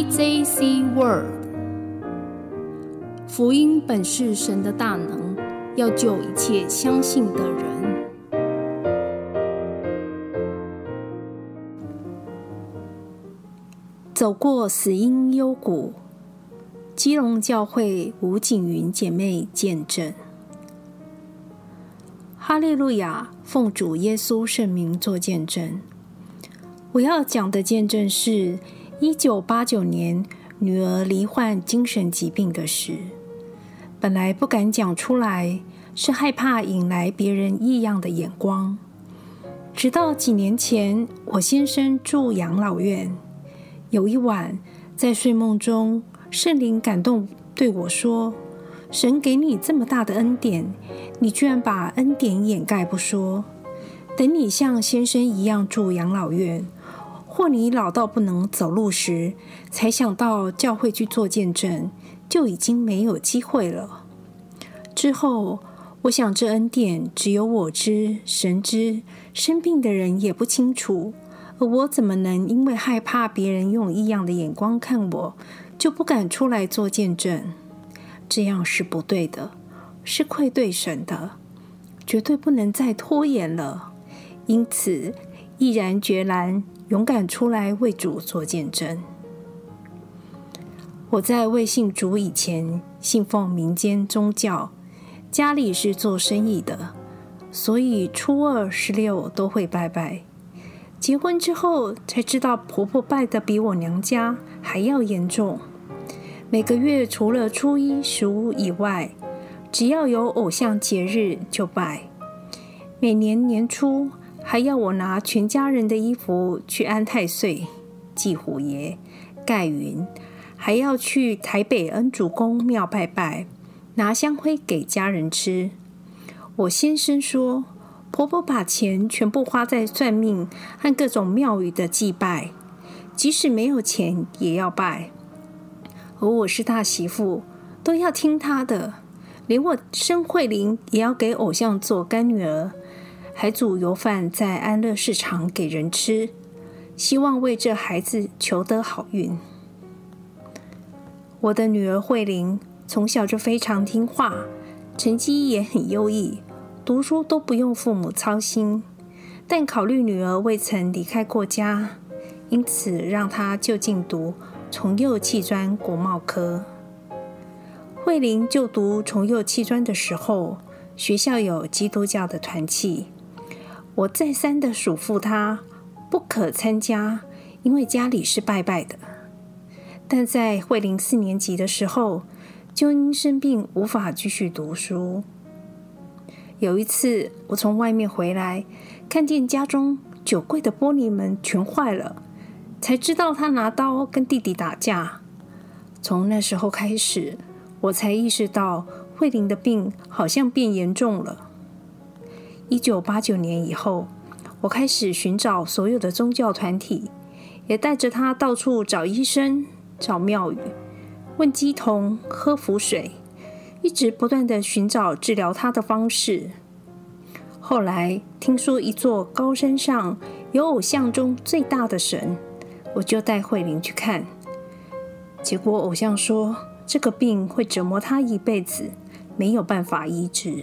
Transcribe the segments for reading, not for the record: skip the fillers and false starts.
AJC Word。 福音本是神的大能，要救一切相信的人。走过死荫幽谷，基隆教会吴景云姐妹见证。哈利路亚，奉主耶稣圣名做见证。我要讲的见证是1989年女儿罹患精神疾病的事。本来不敢讲出来，是害怕引来别人异样的眼光。直到几年前，我先生住养老院，有一晚在睡梦中，圣灵感动对我说，神给你这么大的恩典，你居然把恩典掩盖不说。等你像先生一样住养老院，或你老到不能走路时，才想到教会去做见证，就已经没有机会了。之后我想这恩典只有我知，神知，生病的人也不清楚，而我怎么能因为害怕别人用异样的眼光看我，就不敢出来做见证？这样是不对的，是愧对神的，绝对不能再拖延了。因此毅然决然勇敢出来为主做见证。我在未信主以前信奉民间宗教，家里是做生意的，所以初二、16都会拜拜。结婚之后才知道婆婆拜的比我娘家还要严重。每个月除了初一、15以外，只要有偶像节日就拜。每年年初还要我拿全家人的衣服去安太岁、祭虎爷、盖云，还要去台北恩主公庙拜拜，拿香灰给家人吃。我先生说，婆婆把钱全部花在算命和各种庙宇的祭拜，即使没有钱也要拜。而我是大媳妇，都要听她的，连我生慧玲也要给偶像做干女儿，还煮油饭在安乐市场给人吃，希望为这孩子求得好运。我的女儿慧玲从小就非常听话，成绩也很优异，读书都不用父母操心，但考虑女儿未曾离开过家，因此让她就近读崇右砌砖国贸科。慧玲就读崇右砌砖的时候，学校有基督教的团契，我再三的嘱咐她不可参加，因为家里是拜拜的。但在慧玲4年级的时候，就因生病无法继续读书。有一次我从外面回来，看见家中酒柜的玻璃门全坏了，才知道他拿刀跟弟弟打架。从那时候开始，我才意识到慧玲的病好像变严重了。1989年以后，我开始寻找所有的宗教团体，也带着她到处找医生、找庙宇，问乩童、喝符水，一直不断地寻找治疗她的方式。后来听说一座高山上有偶像中最大的神，我就带慧玲去看。结果偶像说，这个病会折磨她一辈子，没有办法医治。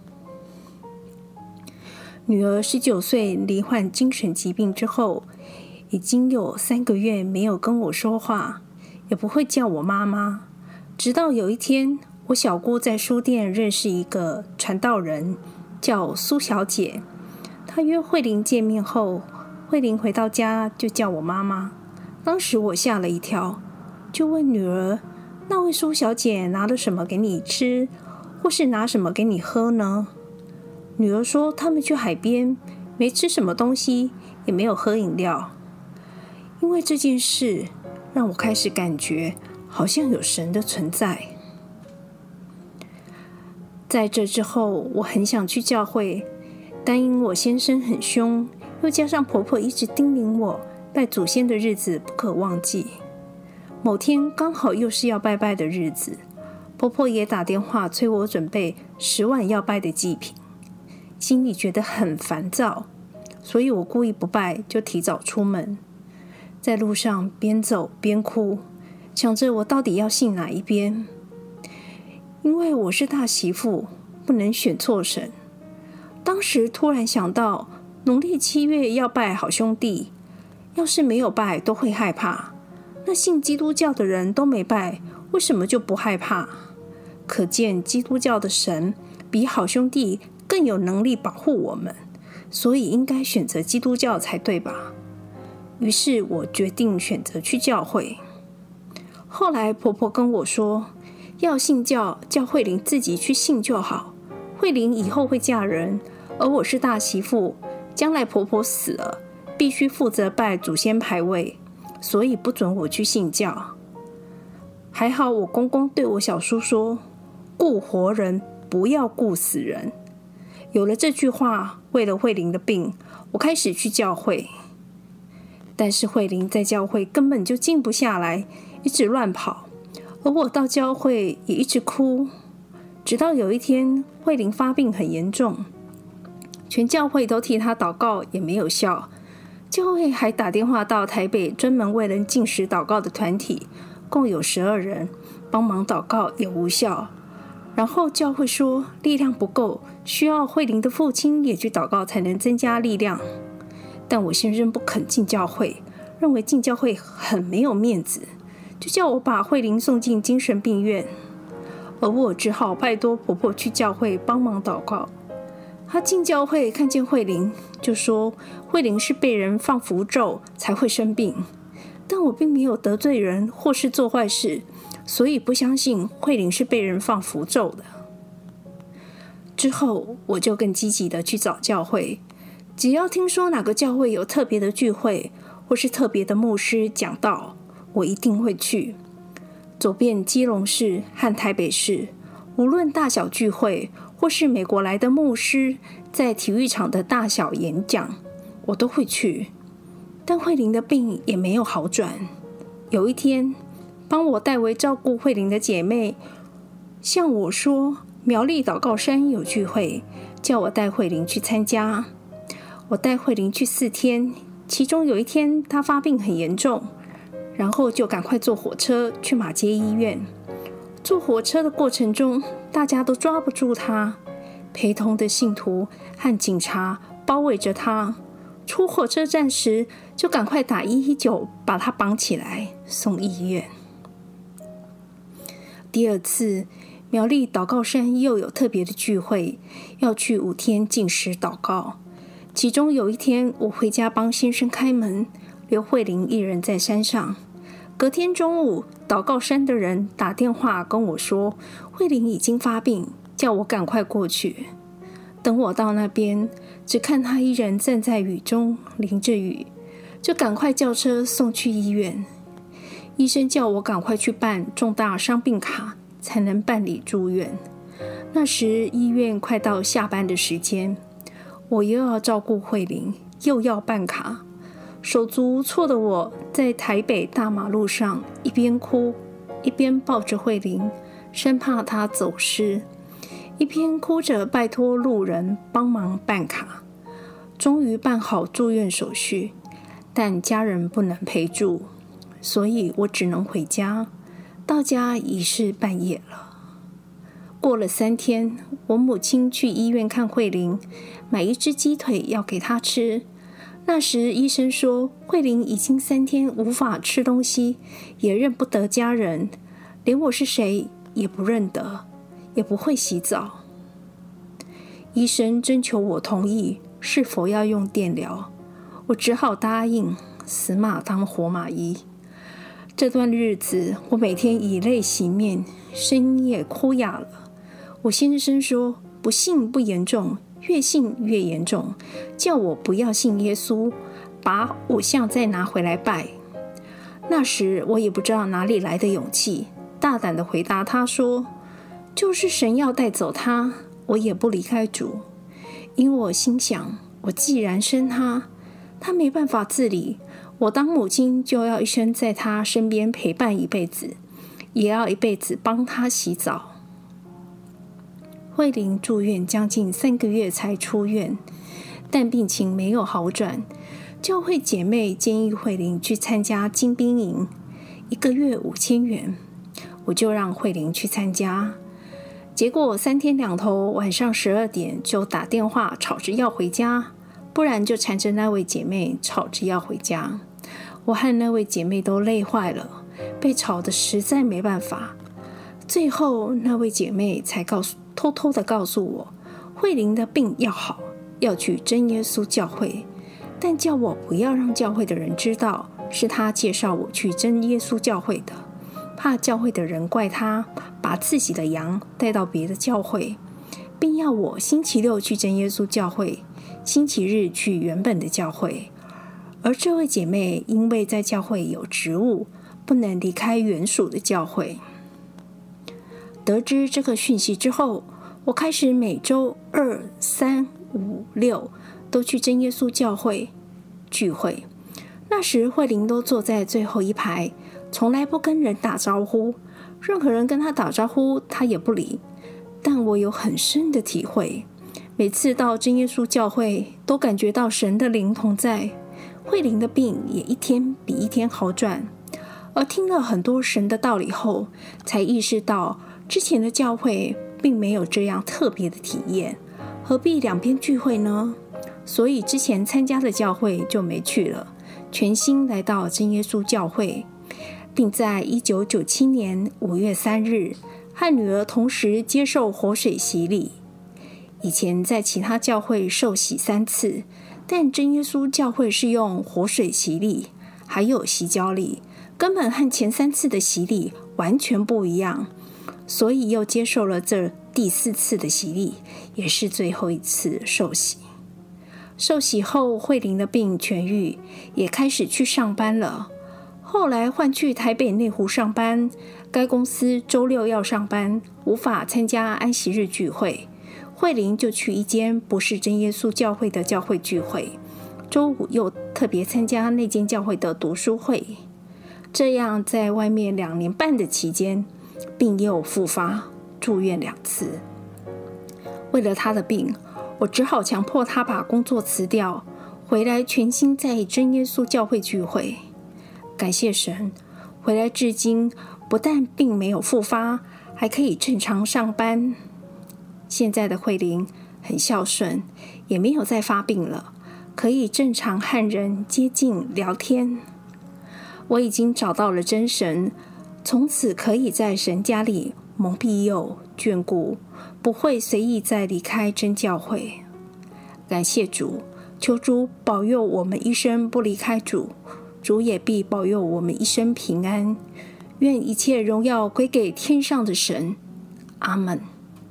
女儿19岁罹患精神疾病之后，已经有3个月没有跟我说话，也不会叫我妈妈。直到有一天，我小姑在书店认识一个传道人，叫苏小姐。她约慧玲见面后，慧玲回到家就叫我妈妈。当时我吓了一跳，就问女儿，那位苏小姐拿了什么给你吃，或是拿什么给你喝呢？女儿说他们去海边，没吃什么东西，也没有喝饮料。因为这件事，让我开始感觉好像有神的存在。在这之后，我很想去教会，但因我先生很凶，又加上婆婆一直叮咛我拜祖先的日子不可忘记。某天刚好又是要拜拜的日子，婆婆也打电话催我准备10碗要拜的祭品，心里觉得很烦躁，所以我故意不拜，就提早出门。在路上边走边哭， 想着我到底要信哪一边。因为我是大媳妇，不能选错神。当时突然想到，农历7月要拜好兄弟，要是没有拜都会害怕。那信基督教的人都没拜，为什么就不害怕？可见基督教的神比好兄弟更有能力保护我们，所以应该选择基督教才对吧？于是我决定选择去教会。后来婆婆跟我说，要信教，叫慧玲自己去信就好。慧玲以后会嫁人，而我是大媳妇，将来婆婆死了，必须负责拜祖先牌位，所以不准我去信教。还好我公公对我小叔说，顾活人不要顾死人。有了这句话，为了慧玲的病，我开始去教会。但是慧玲在教会根本就静不下来，一直乱跑，而我到教会也一直哭。直到有一天，慧玲发病很严重，全教会都替她祷告也没有效。教会还打电话到台北专门为人禁食祷告的团体，共有12人，帮忙祷告也无效。然后教会说力量不够，需要慧玲的父亲也去祷告才能增加力量。但我先生不肯进教会，认为进教会很没有面子，就叫我把慧玲送进精神病院。而我只好拜托婆婆去教会帮忙祷告。她进教会看见慧玲，就说慧玲是被人放符咒才会生病，但我并没有得罪人或是做坏事，所以不相信慧玲是被人放符咒的。之后我就更积极的去找教会，只要听说哪个教会有特别的聚会或是特别的牧师讲道，我一定会去。走遍基隆市和台北市，无论大小聚会或是美国来的牧师在体育场的大小演讲，我都会去。但慧玲的病也没有好转。有一天，帮我代为照顾慧玲的姐妹向我说，苗栗祷告山有聚会，叫我带慧玲去参加。我带慧玲去4天，其中有一天她发病很严重，然后就赶快坐火车去马偕医院。坐火车的过程中，大家都抓不住她，陪同的信徒和警察包围着她。出火车站时，就赶快打119把她绑起来送医院。第2次，苗栗祷告山又有特别的聚会，要去5天禁食祷告。其中有一天，我回家帮先生开门，留慧玲一人在山上。隔天中午，祷告山的人打电话跟我说，慧玲已经发病，叫我赶快过去。等我到那边，只看她一人站在雨中淋着雨，就赶快叫车送去医院。医生叫我赶快去办重大伤病卡，才能办理住院。那时医院快到下班的时间，我又要照顾慧玲，又要办卡，手足无措的我在台北大马路上一边哭一边抱着慧玲，生怕她走失，一边哭着拜托路人帮忙办卡。终于办好住院手续，但家人不能陪住，所以我只能回家。到家已是半夜了。过了3天，我母亲去医院看慧玲，买1只鸡腿要给她吃。那时医生说，慧玲已经3天无法吃东西，也认不得家人，连我是谁也不认得，也不会洗澡。医生征求我同意是否要用电疗，我只好答应，死马当活马医。这段日子，我每天以泪洗面，声音也哭哑了。我先生说，不信不严重，越信越严重，叫我不要信耶稣，把偶像再拿回来拜。那时我也不知道哪里来的勇气，大胆地回答他说，就是神要带走他，我也不离开主。因为我心想，我既然生他，他没办法自理，我当母亲就要一生在他身边陪伴一辈子，也要一辈子帮他洗澡。慧玲住院将近3个月才出院，但病情没有好转。教会姐妹建议慧玲去参加精兵营， 1个月5000元，我就让慧玲去参加。结果3天2头，晚上12点就打电话吵着要回家，不然就缠着那位姐妹吵着要回家。我和那位姐妹都累坏了，被吵得实在没办法。最后那位姐妹才偷偷的告诉我，慧玲的病要好，要去真耶稣教会，但叫我不要让教会的人知道是她介绍我去真耶稣教会的，怕教会的人怪她把自己的羊带到别的教会，并要我星期六去真耶稣教会，星期日去原本的教会。而这位姐妹因为在教会有职务，不能离开原属的教会。得知这个讯息之后，我开始每周2、3、5、6都去真耶稣教会聚会。那时慧玲都坐在最后一排，从来不跟人打招呼，任何人跟她打招呼她也不理。但我有很深的体会，每次到真耶稣教会都感觉到神的灵同在，慧玲的病也一天比一天好转。而听了很多神的道理后，才意识到之前的教会并没有这样特别的体验，何必两边聚会呢？所以之前参加的教会就没去了，全心来到真耶稣教会，并在1997年5月3日和女儿同时接受活水洗礼。以前在其他教会受洗3次，但真耶稣教会是用活水洗礼，还有洗脚礼，根本和前3次的洗礼完全不一样，所以又接受了这第4次的洗礼，也是最后一次受洗。受洗后，慧玲的病痊愈，也开始去上班了。后来换去台北内湖上班，该公司周6要上班，无法参加安息日聚会，慧玲就去一间不是真耶稣教会的教会聚会，周5又特别参加那间教会的读书会。这样在外面2年半的期间，病又复发，住院2次。为了他的病，我只好强迫他把工作辞掉，回来全心在真耶稣教会聚会。感谢神，回来至今不但病没有复发，还可以正常上班。现在的慧玲很孝顺，也没有再发病了，可以正常和人接近聊天。我已经找到了真神，从此可以在神家里蒙庇佑眷顾，不会随意再离开真教会。感谢主，求主保佑我们一生不离开主，主也必保佑我们一生平安。愿一切荣耀归给天上的神。阿们。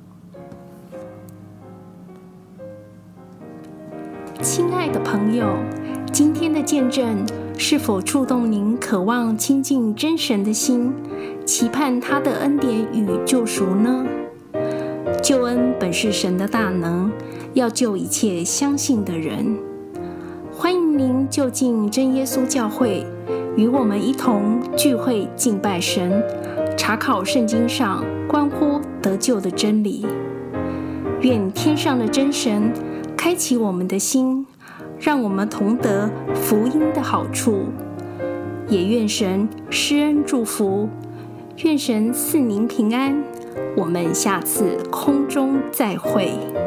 亲爱的朋友，今天的见证是否触动您渴望亲近真神的心，期盼他的恩典与救赎呢？救恩本是神的大能，要救一切相信的人。欢迎您就近真耶稣教会，与我们一同聚会敬拜神，查考圣经上关乎得救的真理。愿天上的真神开启我们的心，让我们同得福音的好处。也愿神施恩祝福，愿神赐您平安。我们下次空中再会。